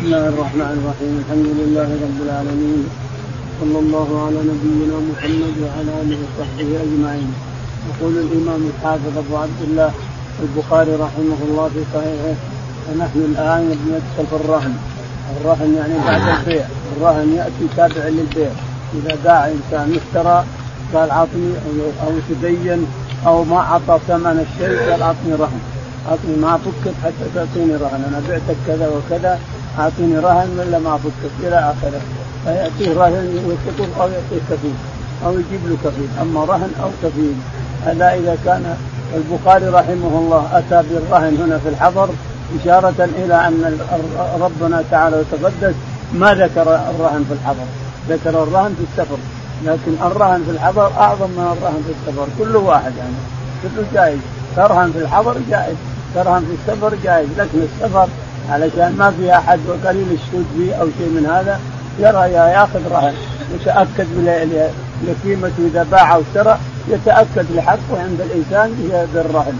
بسم الله الرحمن الرحيم. الحمد لله رب العالمين، صلى الله على نبينا محمد وعلى آله وصحبه أجمعين. يقول الإمام الحافظ أبو عبد الله البخاري رحمه الله في صحيحه: ونحن الآن ندخل في الرهن. الرهن يعني بعد البيع. الرهن يأتي تابع للبيع. إذا باع إنسان اشترى قال عطني أو تدين أو ما أعطى ثمن الشيء قال عطني رهن، عطني ما فكت حتى تعطيني رهن، أنا بعتك كذا وكذا أعطيني رهن ولا ما فكت إلى آخره. فيأتيه رهن ويتقول أو يأتيه كفيل أو يجيب له كفيل، أما رهن أو كفيل هذا إذا كان. البخاري رحمه الله أتى بالرهن هنا في الحضر إشارة إلى أن ربنا تعالى وتقدس ما ذكر الرهن في الحضر، ذكر الرهن في السفر، لكن الرهن في الحضر أعظم من الرهن في السفر. كله واحد يعني، كله جائز. ترهن في الحضر جائز، ترهن في السفر جائز، لكن السفر علشان ما فيها أحد وقليل الشهود فيه أو شيء من هذا يرى يأخذ رهن يتأكد لقيمته. إذا باع أو اشترى يتأكد لحقه عند الإنسان بالرهن.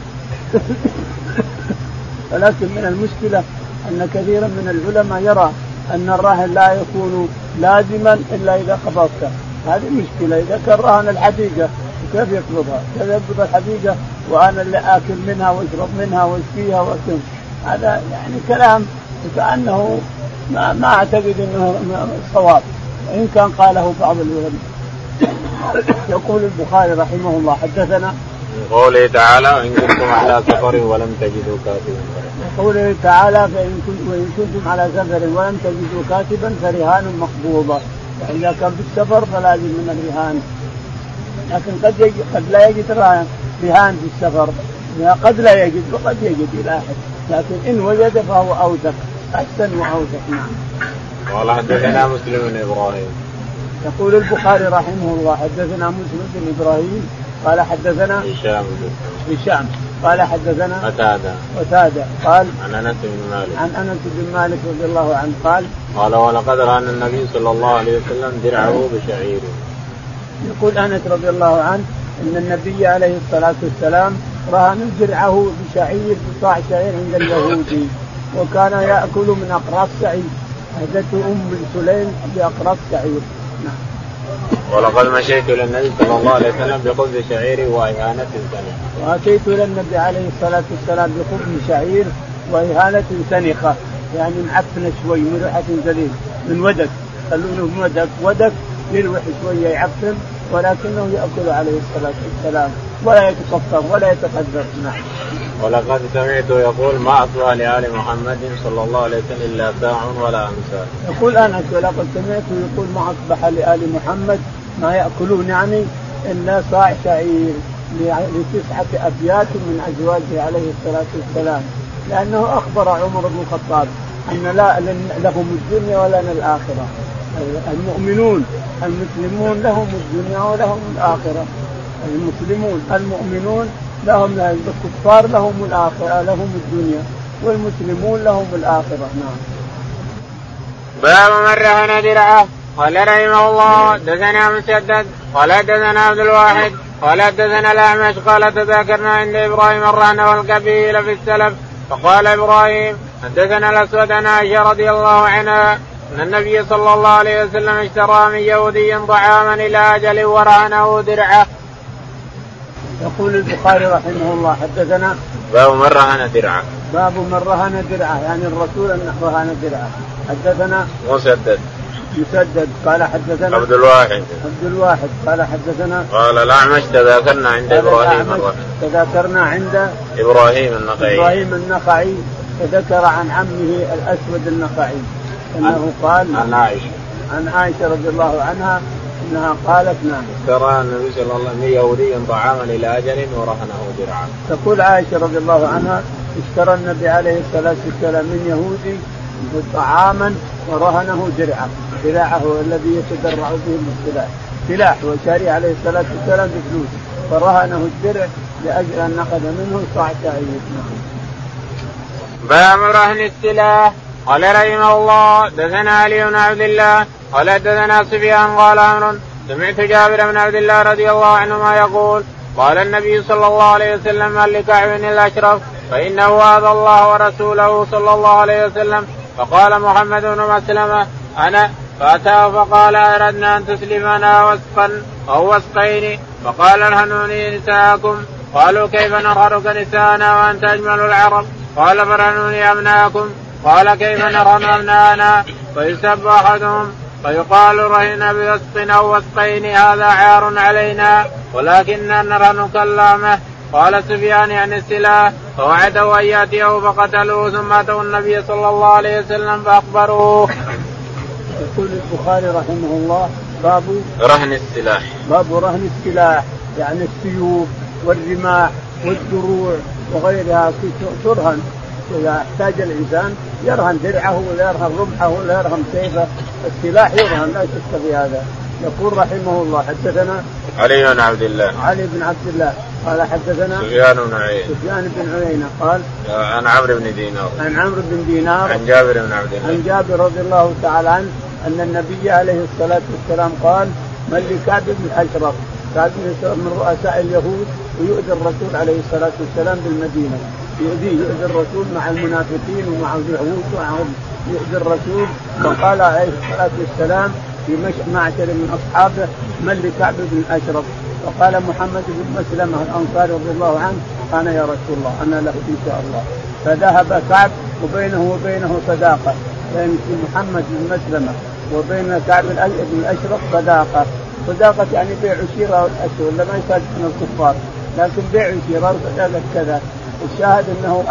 ولكن من المشكلة أن كثيرا من العلماء يرى أن الرهن لا يكون لازما إلا إذا قبضته. هذه مشكلة. إذا كان رهن الحديقة كيف يقبضها؟ كيف يقبض الحديقة وأنا اللي آكل منها واشرب منها واسقيها وأكل؟ هذا يعني كلام كأنه ما أعتقد أنه صواب، وإن كان قاله بعض العلماء. يقول البخاري رحمه الله: حدثنا قوله تعالى: وإن كنتم على سفر ولم تجدوا كاتبا. قوله تعالى: وإن كنتم على سفر ولم تجدوا كاتبا فرهان مقبوضة. فإذا كان في السفر فلازم من الرهان، لكن قد لا يجد رهان في السفر، قد لا يجد وقد يجد إلى آخر، لكن إن وجد فهو أوثق، أحسن وأوثق. نعم. قال: حدثنا مسلم بن إبراهيم. يقول البخاري رحمه الله: حدثنا مسلم بن إبراهيم قال حدثنا هشام قال حدثنا قتادة قال عن أنس بن مالك رضي الله عنه قال: ولقد رهن النبي صلى الله عليه وسلم درعه بشعير. يقول أنس رضي الله عنه أن النبي عليه الصلاة والسلام رهن درعه بشعير، بصاع شعير عند اليهودي، وكان يأكل من أقراص شعير. هدته أم سليم بأقراص شعير. نعم. ولقد مشيت إلى النبي صلى الله عليه وسلم بخبز شعير وإهانة سنخة. وأتيت إلى النبي عليه الصلاة والسلام بخبز شعير وإهانة سنخة، يعني معفنة شوي من ريحة زليل من ودك، خلونه من ودك يروح شوية يعفن، ولكنه يأكل عليه الصلاة والسلام ولا يتكفر ولا يتقدر. نعم. ولقد سمعته يقول: ما أصبح لآل محمد صلى الله عليه وسلم إلا ساع ولا أمساء. يقول أنس: ولقد سمعته يقول: ما أصبح لآل محمد ما يأكلون يعني إلا صاع شعير ل9 أبيات من أزواجه عليه الصلاة والسلام، لأنه أخبر عمر بن الخطاب أن لا لهم الدنيا ولنا الآخرة. المؤمنون المسلمون لهم الدنيا ولهم الآخرة. المؤمنون لهم الكفار لهم الآخرة، لهم الدنيا، والمسلمون لهم الآخرة. نعم. باب من رهن درعه. قال رحمه الله: دثنا مسدد قال دثنا عبد الواحد قال دثنا الأعمش قال: تذاكرنا عند إبراهيم الرهن والكفيل في السلف، فقال إبراهيم: حدثنا الأسود عن عائشة رضي الله عنها أن النبي صلى الله عليه وسلم اشترى من يهودي طعاما إلى أجل ورهنه درعه. يقول البخاري رحمه الله: حدثنا باب من رهن درعه. باب من رهن درعه، يعني الرسول أن رهن درعه. حدثنا مسدد قال حدثنا عبد الواحد قال حدثنا قال الأعمش تذاكرنا عند إبراهيم النخعي فذكر عن عمه الأسود النخعي أنه قال عن عائشة رضي الله عنها أنها قالت: نعم، اشترى النبي صلى الله عليه وسلم يهودي طعاما إلى أجل ورهنه درعا. تقول عائشة رضي الله عنها: اشترى النبي عليه الصلاة والسلام من يهودي طعاما ورهنه درعه الذي يتدرع به السلاح، سلاح وشاري عليه الصلاة والسلام بفلوس، فرهنه الدرع لأجل أن أخذ منه صاع شعير. باب رهن السلاح. قال رحمه الله: دثنا علي بن عبد الله قال دثنا سفيان قال عمرو: سمعت جابر بن عبد الله رضي الله عنهما يقول: قال النبي صلى الله عليه وسلم: هل لكعب الأشرف فإنه آذى الله ورسوله صلى الله عليه وسلم فقال محمد بن مسلمة أنا، فأتاه فقال أردنا أن تسلمنا وسقا أو وسقين، فقال ارهنوني نساءكم. قالوا كيف نرهنك نساءنا وأنت أجمل العرب؟ قال فرهنوني أبناءكم. قال كيف نرهن أبناءنا؟ فيسب أحدهم فيقال رهن بوسق أو وسقين هذا عار علينا ولكننا نرهنك اللامة. قال سفيان عن السلاح فوعدوا أن يأتيه فقتلوه ثم أتوا النبي صلى الله عليه وسلم فأخبروه. يقول البخاري رحمه الله باب رهن السلاح. باب رهن السلاح يعني السيوف والرماح والدروع وغيرها ترهن. إذا احتاج الإنسان يرهن درعه ولا يرهن رمحه ولا يرهن سيفه، السلاح يرهن لا شك في هذا. يقول رحمه الله حدثنا علي بن عبد الله قال حدثنا سفيان بن عيينة قال عن عمرو بن دينار عن جابر رضي الله تعالى عنه أن النبي عليه الصلاة والسلام قال من لكعب بن الأشرف، كعب بن الأشرف من رؤساء اليهود ويؤذي الرسول عليه الصلاة والسلام بالمدينة، يؤذي الرسول مع المنافقين ومع اليهود ومعهم يؤذي الرسول. فقال عليه الصلاة والسلام في معشر من أصحابه من لكعب بن الأشرف؟ فقال محمد بن مسلمة الأنصاري رضي الله عنه أنا يا رسول الله أنا له إن شاء الله. فذهب كعب وبينه صداقة، بين محمد بن مسلمة وبين كعب بن الأشرف صداقة يعني بيع شراء والأشهر لما يصادق من الكفار، لكن بيع شراء صداقة كذا. الشاهد أنه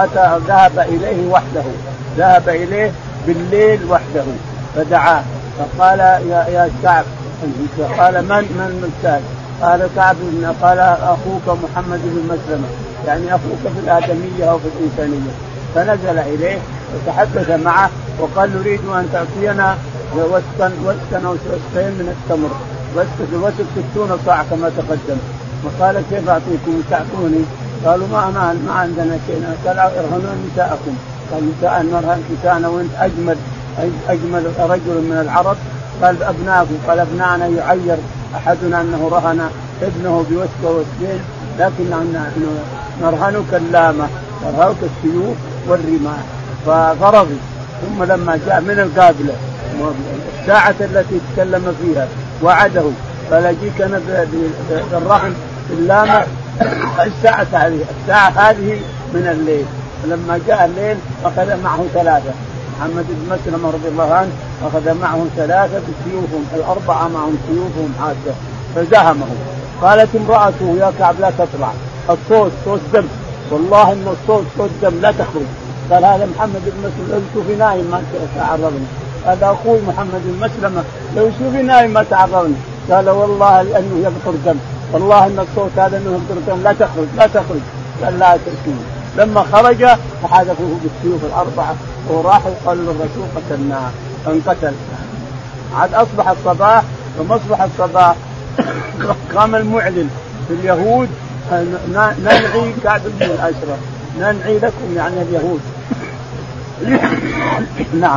ذهب إليه بالليل وحده فدعاه فقال يا كعب، قال من السائل؟ قال كعب قال أخوك محمد بن مسلمة، يعني أخوك في الآدمية أو في الإنسانية. فنزل إليه وتحدث معه وقال نريد أن تعطينا وسكا أو وسقين من التمر، وسك 60 صاع كما تقدم. وقال كيف أعطيكم تعطوني؟ قالوا ما عندنا شيء. قال ارهنون نساءكم. قال نرهن نساءنا وانت أجمل رجل من العرب. قال أبناءكم. قال أبناءنا يعير أحدنا أنه رهن ابنه بوسك ووسكين، لكن نرهنك اللامة، نرهنك السيوف والرماح. فرضي. ثم لما جاء من القابلة الساعة التي تكلم فيها وعده فلجيك أنا بالرهن اللامة الساعة هذه من الليل. فلما جاء الليل أخذ معه 3. محمد بن مسلمة رضي الله عنه أخذ معهم 3 بسيوفهم، 4 معهم سيوفهم حادة فزهمهم. قالت امرأته يا كعب لا تطلع، الصوت صوت دم، والله إن الصوت صوت دم لا تخرج. قال هذا محمد بن مسلمة لو يشوفي نايم ما تعرضني، هذا أخوي محمد بن مسلمة لو يشوفي نايم ما تعرضني. قال والله لأنه يقطر دم، والله إن الصوت هذا إنه يقطر دم لا تخرج. قال لا تأتي. لما خرج فحذفوه بالسيوف 4 وراحوا قالوا للرسول قتلناه فانقتل. عاد أصبح الصباح، ثم أصبح الصباح قام المعلن في اليهود ننعي كعب بن الأشرف، ننعي لكم يعني اليهود. نعم.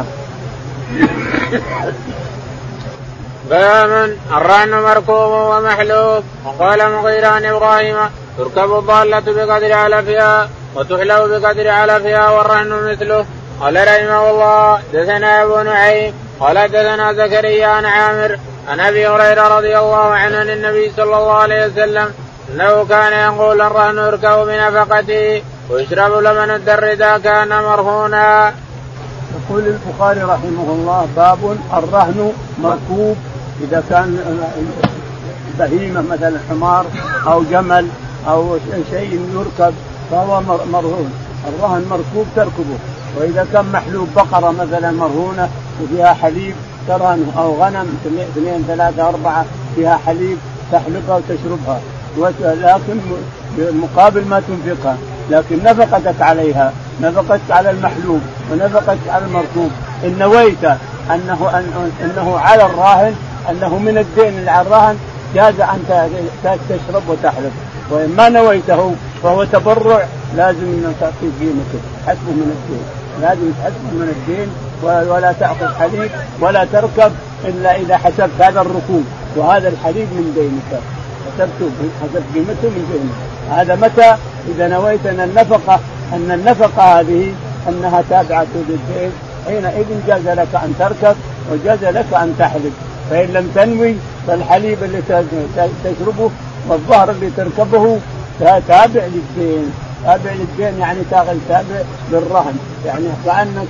باب الرهن مركوب ومحلوب. وقال مغيرة عن إبراهيم تركب الضالة بقدر علفها وتحلب بقدر علفها والرهن مثله. قال رحمه الله دثنا أبو نعيم قال دثنا زكريا عن عامر عن أبي هريرة رضي الله عنه عن النبي صلى الله عليه وسلم أنه كان يقول الرهن يركب بنفقته ويشرب لمن الدر إذا كان مرهونا. يقول البخاري رحمه الله باب الرهن مركوب إذا كان بهيمة مثلا حمار أو جمل أو شيء يركب فهو مرهون. الرهن مركوب تركبه. وإذا كان محلوب بقرة مثلا مرهونة وفيها حليب ترهنه، أو غنم 2 3 4 فيها حليب تحلبها وتشربها، لكن مقابل ما تنفقها، لكن نفقتك عليها، نفقتك على المحلوب ونفقتك على المركوب. إن نويت أنه على الراهن، أنه من الدين اللي على الراهن جاز أن تشرب وتحلب. وإن ما نويته فهو تبرع، لازم أن تعطي قيمته حسبه من الدين، لازم تحسبه من الدين، ولا تأخذ حليب ولا تركب إلا إذا حسبت هذا الركوب وهذا الحليب من دينك، حسب قيمته من دينك. هذا متى؟ إذا نويت أن النفقة هذه أنها تابعة للدين حينئذ جاز لك أن تركب وجاز لك أن تحلب. فإن لم تنوي فالحليب اللي تشربه والظهر اللي تركبه تابع للدين، تابع للدين يعني تابع للرهن، يعني كأنك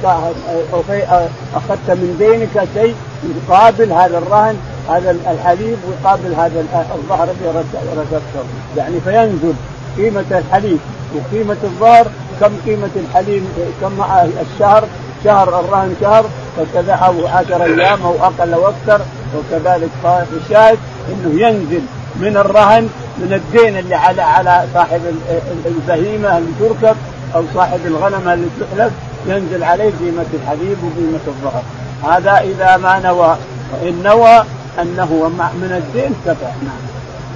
أخذت من دينك شيء يقابل هذا الرهن، هذا الحليب ويقابل هذا الظهر اللي ركبته، يعني فينزل قيمة الحليب وقيمة الظهر. كم قيمة الحليب كم الشهر، شهر الرهن شهر، وكذا أو 10 أيام أو أقل أو أكثر. وكذلك الشاهد إنه ينزل من الرهن من الدين اللي على صاحب البهيمة اللي تركب أو صاحب الغنم اللي تحلب، ينزل عليه قيمة الحليب وقيمة الظهر. هذا إذا ما نوى، وإن نوى أنه من الدين كفى. نعم.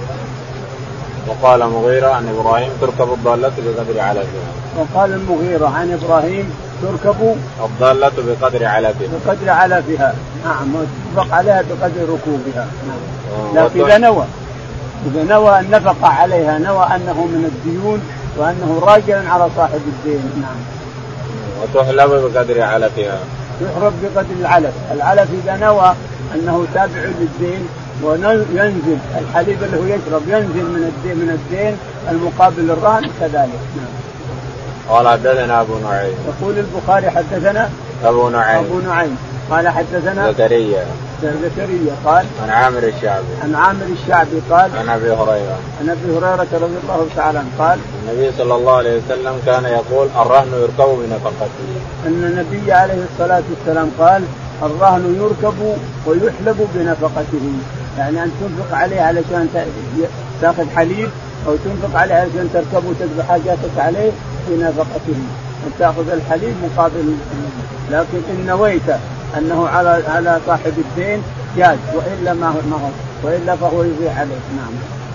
وقال مغيرة عن إبراهيم تركب الضالة بقدر علفها. وقال المغيرة عن إبراهيم تركب الضالة بقدر علفها. بقدر علفها، نعم، وتطبق عليها بقدر ركوبها. نعم. لكن إذا نوى النفقة عليها، نوى أنه من الديون وأنه راجع على صاحب الدين. نعم. وتحلب بقدر علفها. يحرب بقدر العلف. العلف إذا نوى أنه تابع للدين وينزل الحليب اللي هو يشرب ينزل من الدين المقابل الرهن كذلك. نعم. قال حدثنا أبو نعيم. يقول البخاري حدثنا أبو نعيم قال حدثنا زكريا قال عن عامر الشعبي قال عن أبي هريرة رضي الله تعالى عنه قال النبي صلى الله عليه وسلم كان يقول الرهن يركب بنفقته. أن النبي عليه الصلاة والسلام قال الرهن يركب ويحلب بنفقته، يعني أن تنفق عليه علشان تأخذ حليب أو تنفق عليه علشان تركب وتذبح حاجاتك عليه بنفقته، أن تأخذ الحليب مقابل. لكن إن نويت أنه على صاحب الدين جاز، وإلا ما هو، وإلا فهو يضيع عليه. نعم.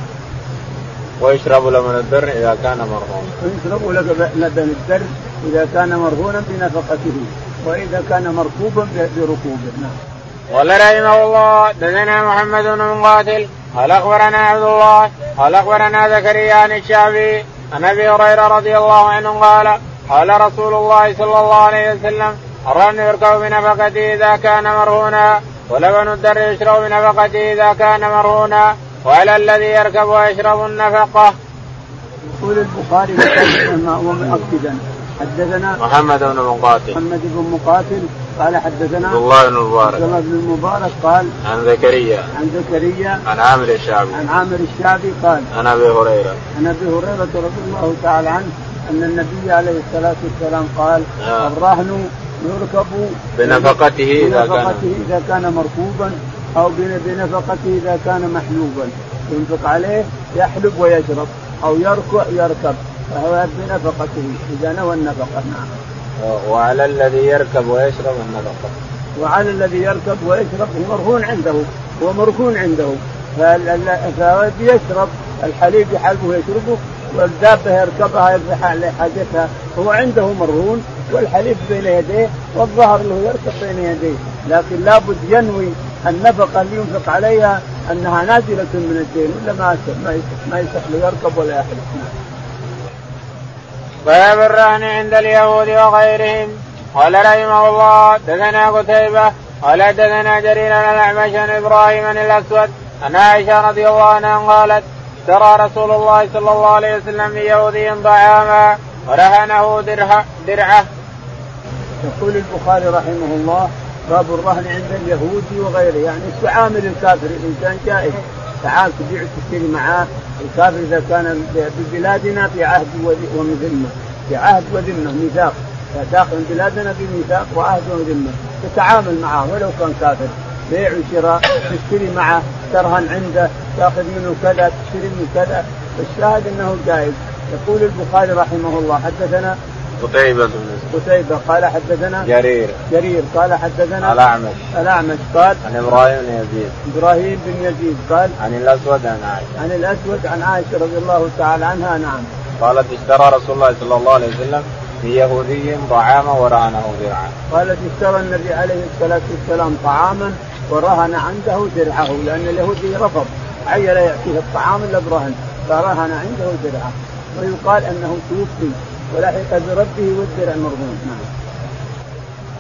ويشرب لبن الدر إذا كان مرهونا. ويشرب لبن الدر إذا كان مرهونا بنفقته، وإذا كان مركوبا بركوبه. نعم. قال رحمه الله دثنا محمد بن مقاتل قال أخبرنا عبد الله قال أخبرنا زكريا عن الشعبي عن أبي هريرة رضي الله عنه قال رسول الله صلى الله عليه وسلم الرهن يركب بنفقته إذا كان مرهونا، ولبن الدر يشرب بنفقته إذا كان مرهونا، وعلى الذي يركب ويشرب النفقة. يقول البخاري ومؤكدا حدثنا محمد بن مقاتل قال حدثنا عبد الله بن المبارك قال عن زكريا عن عامر الشعبي قال عن أبي هريرة رضي الله تعالى عنه أن النبي عليه الصلاة والسلام قال الرهن يركب بنفقته إذا كان مركوبا أو بنفقته إذا كان محلوبا، ينفق عليه يحلب ويشرب أو يركب فهو بنفقته إذا نوى النفقة. نعم. وعلى الذي يركب ويشرب النفقة. وعلى الذي يركب ويشرب هو مرهون عنده فهو يشرب الحليب يحلبه ويشربه، والدابة يركبها يذبح على حاجتها هو عنده مرهون، والحليب بين يديه والظهر له يركب بين يديه، لكن لابد ينوي النفقة اللي ينفق عليها أنها نازلة من الدين، ولا ما يصح له يركب ولا يحلب. باب الرهن عند اليهود وغيرهم. قال رحمه الله دثنا قتيبة قال دثنا جرير عن الأعمش عن إبراهيم عن الأسود عن عائشة رضي الله عنها قالت اشترى رسول الله صلى الله عليه وسلم بيهودي طعاما ورهنه درعه. يقول البخاري رحمه الله باب الرهن عند اليهود وغيره، يعني استعامل الكافر. الإنسان جائز تعال تبيع وتشتري معاه الكافر إذا كان ببلادنا في عهد وذمة، في عهد وذمة ميثاق، داخل بلادنا بميثاق وعهد وذمة، تتعامل معه ولو كان كافر، بيع وشراء، تشتري معه، ترهن عنده، تأخذ منه كذا، تشتري منه كذا، الشاهد أنه جائز. يقول البخاري رحمه الله حدثنا قتيبة قال حدثنا جرير قال حدثنا الأعمش قال عن إبراهيم بن يزيد قال عن الأسود عن عائشة رضي الله تعالى عنها. نعم. قالت اشترى رسول الله صلى الله عليه وسلم بيهودي طعاما ورهنه درعا. قالت اشترى النبي عليه الصلاة والسلام طعاما ورهن عنده درعه، لأن اليهودي رفض عين يأتيه الطعام إلا برهن، فرهن عنده درعه، ويقال أنه توفي ولحق بربه والدرع مرهون. نعم.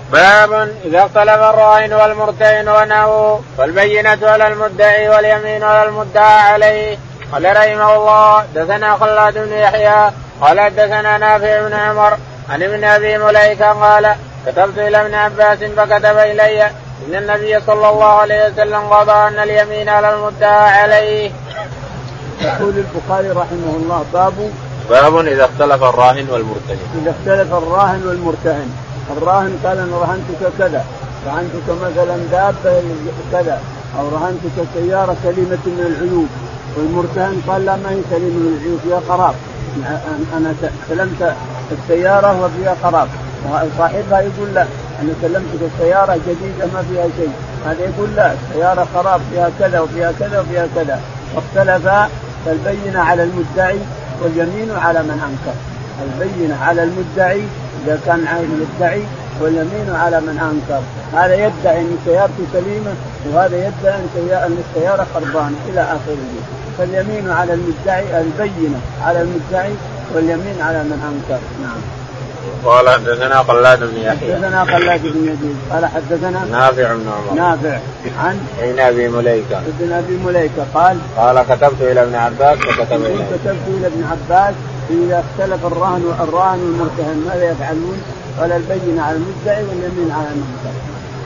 باب إذا اختلف الراهن والمرتهن ونحوه فالبينة على المدعي واليمين على المدعى عليه. قال رحمه الله دثنا خلاد بن يحيى قال دثنا نافع بن عمر عن ابن أبي مليكة قال كتبت إلى ابن عباس فكتب إلي إن النبي صلى الله عليه وسلم قضى أن اليمين على المدعى عليه. يقول البخاري رحمه الله باب إذا اختلف الراهن والمرتهن. إذا اختلف الراهن والمرتهن، الراهن قال أنا رهنتك كذا، رهنتك مثلا دابة كذا، أو رهنتك سيارة سليمة من العيوب، والمرتهن قال لا ما هي سليمة من العيوب فيها خراب، أنا سلمت السيارة وفيها خراب، صاحبها يقول لا أنا سلمتك السيارة جديدة ما فيها شيء، هذا يقول لا السيارة خراب فيها كذا وفيها كذا وفيها كذا، واختلفا فالبينة على المدعي واليمين على من أنكر. البينة على المدعي إذا كان عايز يدعي، واليمين على من أنكر. هذا يدعي أن سيارته سليمة وهذا يدعي أن السيارة خربانة إلى آخره. فاليمين على المدعي، البينة على المدعي واليمين على من أنكر. نعم. قال حدثنا خلاد بن يحيى. حدثنا خلاد بن يزيد قال حدثنا نافع بن عمر. نافع عن ابن أبي مليكة. ابن أبي مليكة قال كتبت إلى ابن عباس فكتب إليه. كتبت إلى ابن عباس إذا اختلف الراهن والمرتهن ماذا يفعلون؟ قال البينة على المدعي واليمين على المنكر.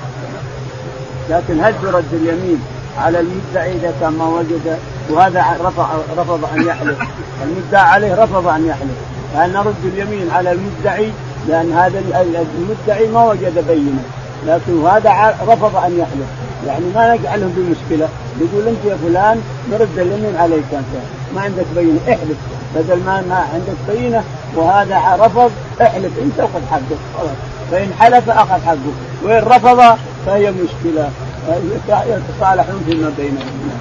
لكن هل ترد اليمين على المدعي إذا كان ما وجد وهذا رفض أن يحلف؟ المدعى عليه رفض أن يحلف، فهل نرد اليمين على المدعي لأن هذا المدعي ما وجد بينة، لكن هذا رفض أن يحلف، يعني ما نجعله بمشكلة، نقول أنت يا فلان نرد اليمين عليك، أنت ما عندك بينة احلف، بدل ما عندك بينة وهذا رفض احلف أنت وخذ حقك خلاص، فإن حلف أخذ حقه، وإن رفض فهي مشكلة، يتصالحون فيما بينهم.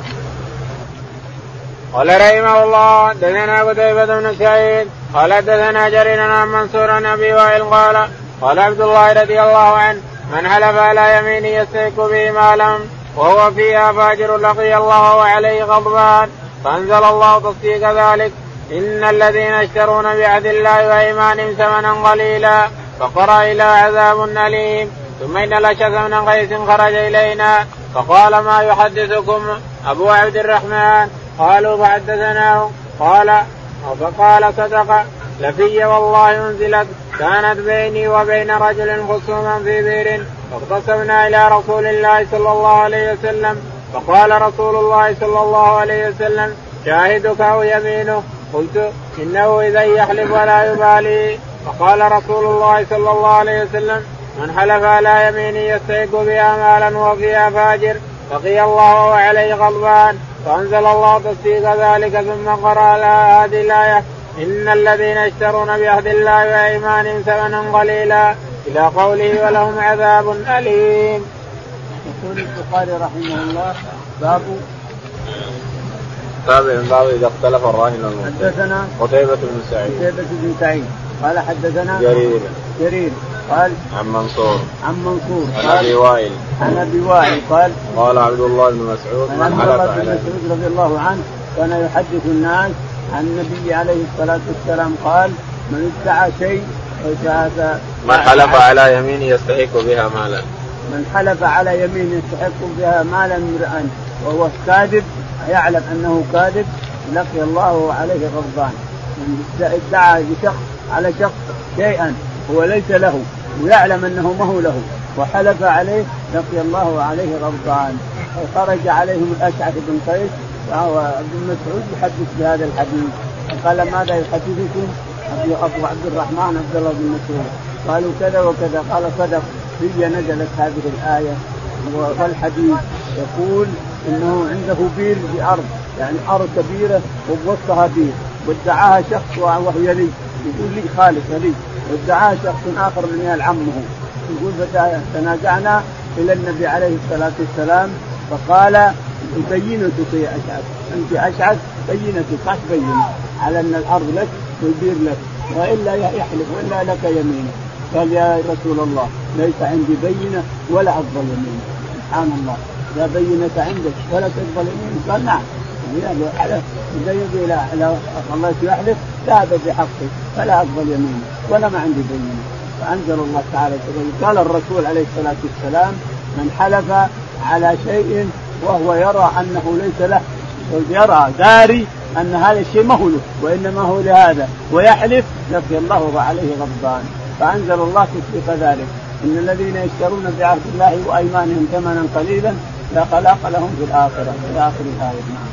قال رحمه الله دثنا قتيبة بن سعيد قال دثنا جرير عن منصور عن أبي وائل قال عبد الله رضي الله عنه من حلف على يمين يستحق به مالا وهو فيها فاجر لقي الله عليه غضبان، فأنزل الله تصديق ذلك إن الذين يشترون بعهد الله وأيمانهم ثمنا قليلا فقرأ إلى عذاب أليم. ثم إن الأشعث بن قيس خرج إلينا فقال ما يحدثكم أبو عبد الرحمن؟ قالوا فحدثناه فقال صدق لفي والله أنزلت كانت بيني وبين رجل خصوما في بئر فاقتصمنا إلى رسول الله صلى الله عليه وسلم فقال رسول الله صلى الله عليه وسلم شاهدك أو يمينه؟ قلت إنه إذا يحلف ولا يبالي. فقال رسول الله صلى الله عليه وسلم من حلف على يمين يستحق بها مالا وفيها فاجر لقي الله عليه غضبان، فأنزل الله تصديق ذلك ثم قرأ هذه الآية إن الذين يشترون بعهد الله وأيمانهم ثمنا قليلا إلى قوله ولهم عذاب أليم. يقول البخاري رحمه الله باب إذا اختلف الراهن والمرتهن. حدثنا قتيبة بن سعيد قال حدثنا جرير قال عن منصور عن أبي وائل قال عبد الله بن مسعود رضي الله عنه كان يحدث الناس عن النبي عليه الصلاة والسلام قال من ادعى شيء من حلف على يمين يستحق بها مالا، من حلف على يمين يستحق بها مالا امرئا وهو كاذب يعلم أنه كاذب لقي الله عليه غضبان. من ادعى لشخص على شخص شيئا هو ليس له ويعلم أنه ما هو له وحلف عليه لقي الله عليه غضبان. خرج عليهم الأشعث بن قيس وهو ابن مسعود يحدث بهذا الحديث، قال ماذا يحدثكم أبو عبد الرحمن عبد الله بن مسعود؟ قالوا كذا وكذا. قال صدق، هي نزلت هذه الآية والحديث يقول إنه عنده بير بأرض، يعني أرض كبيرة وبوسطها بير، وادعاها شخص وهو لي، يقول لي خالص لي، وادعاها شخص آخر من يال عمه، يقول فتنازعنا إلى النبي عليه الصلاة والسلام فقال بينتك يا أشعث، أنت أشعث بينتك، قاس بينة على أن الأرض لك والبير لك، وإلا يحلف وإلا لك يمينه. قال يا رسول الله ليس عندي بينة ولا أقبل يمينه. سبحان الله، لا بينة عندك ولا تقبل يمينه؟ قال نعم، لو حلف لو الله يحلف ذهب بحقه فلا أقبل يمينه ولا ما عندي بينة. فأنزل الله تعالى قال الرسول عليه الصلاة والسلام من حلف على شيء وهو يرى أنه ليس له، يرى داري أن هذا الشيء ما هو له وإنما هو لهذا ويحلف لقي الله وعليه غضبان. فأنزل الله تصديق ذلك إن الذين يشترون بعهد الله وأيمانهم ثمنا قليلا لا خلاق لهم في الآخرة إلى آخر الآية. نعم.